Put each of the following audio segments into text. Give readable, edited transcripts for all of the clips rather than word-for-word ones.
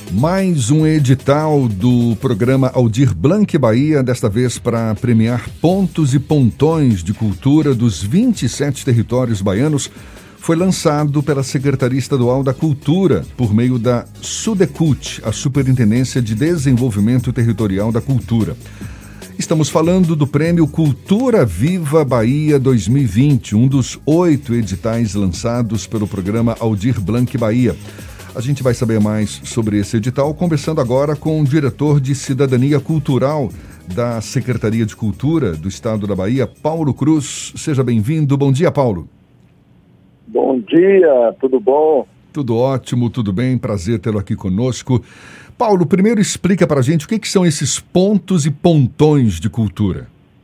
Mais um edital do programa Aldir Blanc Bahia, desta vez para premiar pontos e pontões de cultura dos 27 territórios baianos, foi lançado pela Secretaria Estadual da Cultura, por meio da SUDECUT, a Superintendência de Desenvolvimento Territorial da Cultura. Estamos falando do Prêmio Cultura Viva Bahia 2020, um dos 8 editais lançados pelo programa Aldir Blanc Bahia. A gente vai saber mais sobre esse edital conversando agora com o diretor de Cidadania Cultural da Secretaria de Cultura do Estado da Bahia, Paulo Cruz. Seja bem-vindo. Bom dia, Paulo. Bom dia, tudo bom? Tudo ótimo, tudo bem. Prazer tê-lo aqui conosco. Paulo, primeiro explica para a gente o que são esses pontos e pontões de cultura.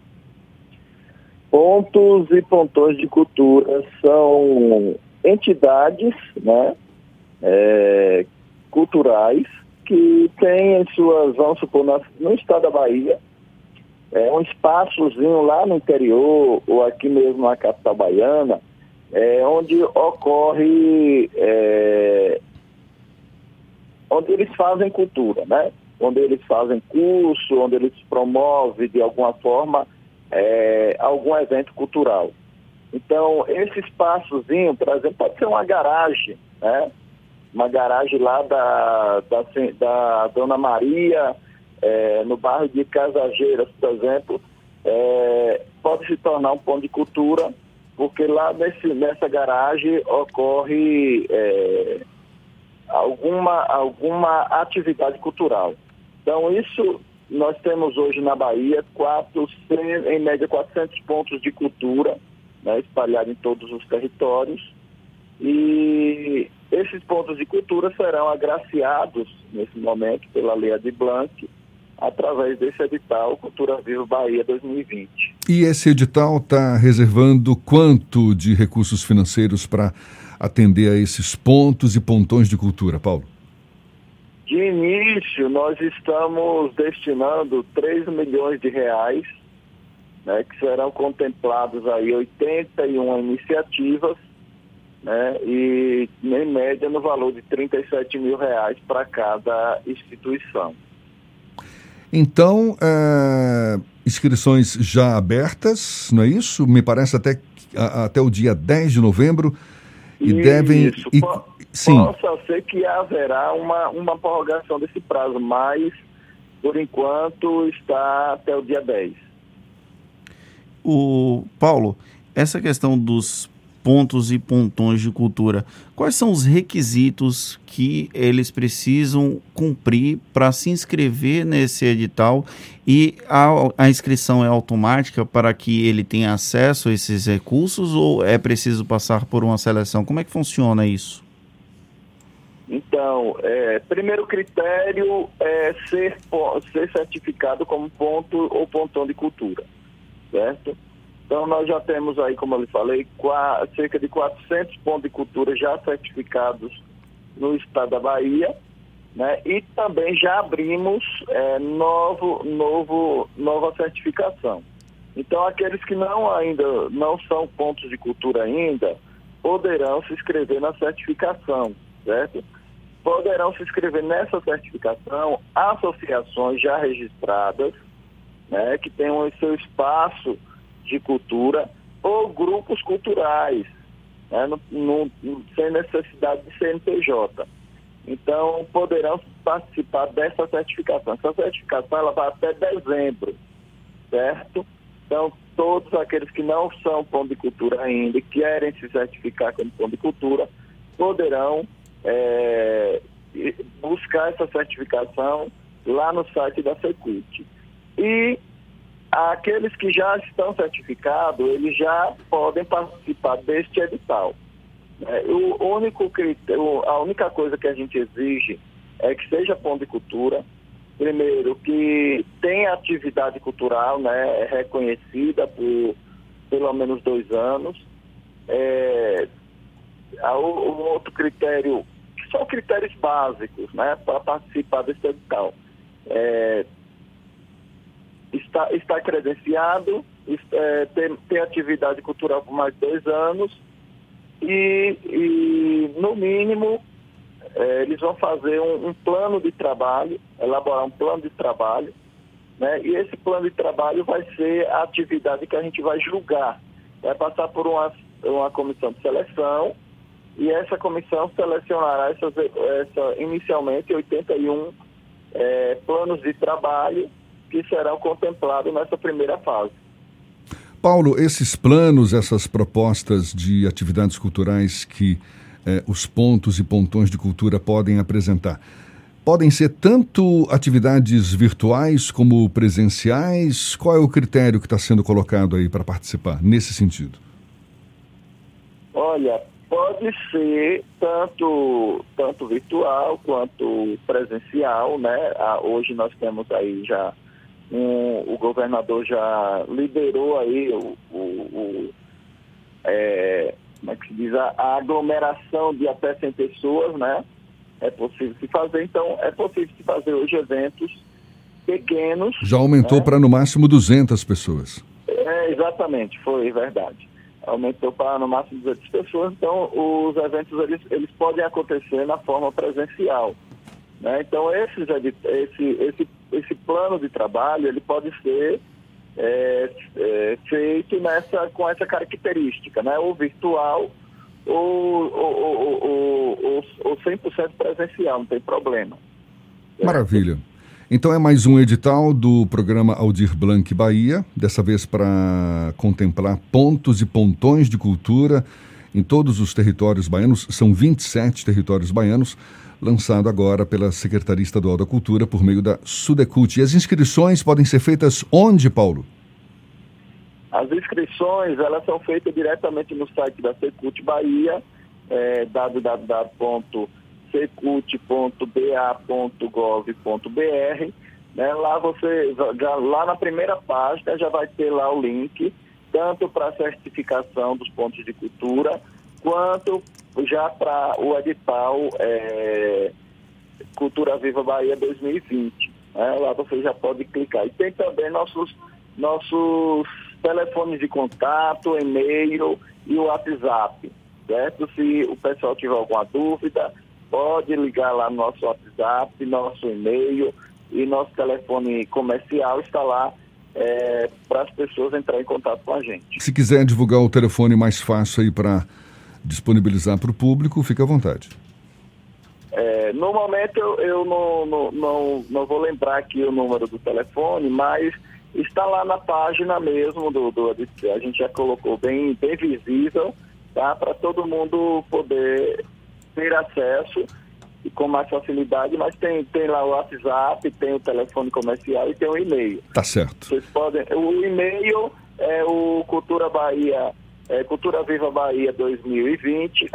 Pontos e pontões de cultura são entidades, né? Culturais que têm em suas, vamos supor, no estado da Bahia, um espaçozinho lá no interior ou aqui mesmo na capital baiana, onde ocorre, onde eles fazem cultura, né? Onde eles fazem curso, onde eles promovem de alguma forma algum evento cultural. Então, esse espaçozinho, por exemplo, pode ser uma garagem, né? Uma garagem lá da Dona Maria, no bairro de Casageiras, por exemplo, pode se tornar um ponto de cultura, porque lá nessa garagem ocorre alguma atividade cultural. Então, isso nós temos hoje na Bahia em média 400 pontos de cultura, né, espalhados em todos os territórios. E esses pontos de cultura serão agraciados, nesse momento, pela Lei Aldir Blanc, através desse edital Cultura Viva Bahia 2020. E esse edital está reservando quanto de recursos financeiros para atender a esses pontos e pontões de cultura, Paulo? De início, nós estamos destinando 3 milhões de reais, né, que serão contemplados aí 81 iniciativas, né, e em média no valor de R$37 mil para cada instituição. Então, inscrições já abertas, não é isso? Me parece até o dia 10 de novembro. E isso, devem... Sim. Possa ser que haverá uma prorrogação desse prazo, mas, por enquanto, está até o dia 10. Paulo, essa questão dos pontos e pontões de cultura, quais são os requisitos que eles precisam cumprir para se inscrever nesse edital, e a inscrição é automática para que ele tenha acesso a esses recursos, ou é preciso passar por uma seleção? Como é que funciona isso? Então, primeiro critério é ser certificado como ponto ou pontão de cultura, certo? Então, nós já temos aí, como eu lhe falei, cerca de 400 pontos de cultura já certificados no estado da Bahia, né? E também já abrimos nova certificação. Então, aqueles que ainda não são pontos de cultura ainda, poderão se inscrever na certificação, certo? Poderão se inscrever nessa certificação associações já registradas, né, que tenham o seu espaço de cultura, ou grupos culturais, né, sem necessidade de CNPJ. Então, poderão participar dessa certificação. Essa certificação ela vai até dezembro, certo? Então, todos aqueles que não são ponto de cultura ainda e querem se certificar como ponto de cultura, poderão buscar essa certificação lá no site da SECUT. E aqueles que já estão certificados, eles já podem participar deste edital. A única coisa que a gente exige é que seja ponto de cultura, primeiro, que tenha atividade cultural, né, reconhecida por pelo menos 2 anos. O outro critério, que são critérios básicos, né, para participar desse edital. Está credenciado, ter atividade cultural por mais de 2 anos e, no mínimo, eles vão fazer um plano de trabalho, elaborar um plano de trabalho, né? E esse plano de trabalho vai ser a atividade que a gente vai julgar. Vai passar por uma comissão de seleção, e essa comissão selecionará inicialmente 81 planos de trabalho que serão contemplados nessa primeira fase. Paulo, esses planos, essas propostas de atividades culturais que os pontos e pontões de cultura podem apresentar, podem ser tanto atividades virtuais como presenciais? Qual é o critério que está sendo colocado aí para participar nesse sentido? Olha, pode ser tanto virtual quanto presencial, né? Hoje nós temos aí já o governador já liberou aí como é que se diz, a aglomeração de até 100 pessoas, né? É possível se fazer, então é possível se fazer hoje eventos pequenos. Já aumentou, né, para no máximo 200 pessoas. Exatamente, foi verdade. Aumentou para no máximo 200 pessoas, então os eventos eles podem acontecer na forma presencial, né? Então esse plano de trabalho ele pode ser feito com essa característica, né? Ou virtual ou 100% presencial, não tem problema. Maravilha. Então é mais um edital do programa Aldir Blanc Bahia, dessa vez para contemplar pontos e pontões de cultura em todos os territórios baianos, são 27 territórios baianos, lançado agora pela Secretaria Estadual da Cultura por meio da Sudecult. E as inscrições podem ser feitas onde, Paulo? As inscrições, elas são feitas diretamente no site da Secult Bahia, www.secult.ba.gov.br, né? Lá na primeira página já vai ter lá o link, tanto para a certificação dos pontos de cultura, quanto já para o edital Cultura Viva Bahia 2020. Né? Lá você já pode clicar. E tem também nossos telefones de contato, e-mail e o WhatsApp, certo? Se o pessoal tiver alguma dúvida, pode ligar lá no nosso WhatsApp, nosso e-mail e nosso telefone comercial está lá para as pessoas entrarem em contato com a gente. Se quiser divulgar o telefone mais fácil aí para disponibilizar para o público, fique à vontade. No momento eu não vou lembrar aqui o número do telefone, mas está lá na página mesmo, a gente já colocou bem visível, tá? Para todo mundo poder ter acesso e com mais facilidade, mas tem lá o WhatsApp, tem o telefone comercial e tem o e-mail. Tá certo. Vocês podem, o e-mail é o Cultura Bahia, Cultura Viva Bahia 2020,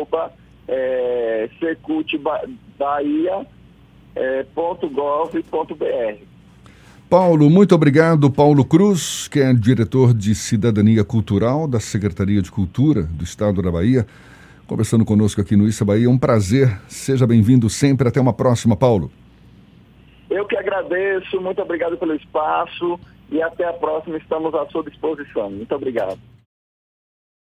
@secultbahia.gov.br. Paulo, muito obrigado. Paulo Cruz, que é diretor de Cidadania Cultural da Secretaria de Cultura do Estado da Bahia, conversando conosco aqui no Issa Bahia. Um prazer. Seja bem-vindo sempre. Até uma próxima, Paulo. Eu que agradeço. Muito obrigado pelo espaço e até a próxima. Estamos à sua disposição. Muito obrigado.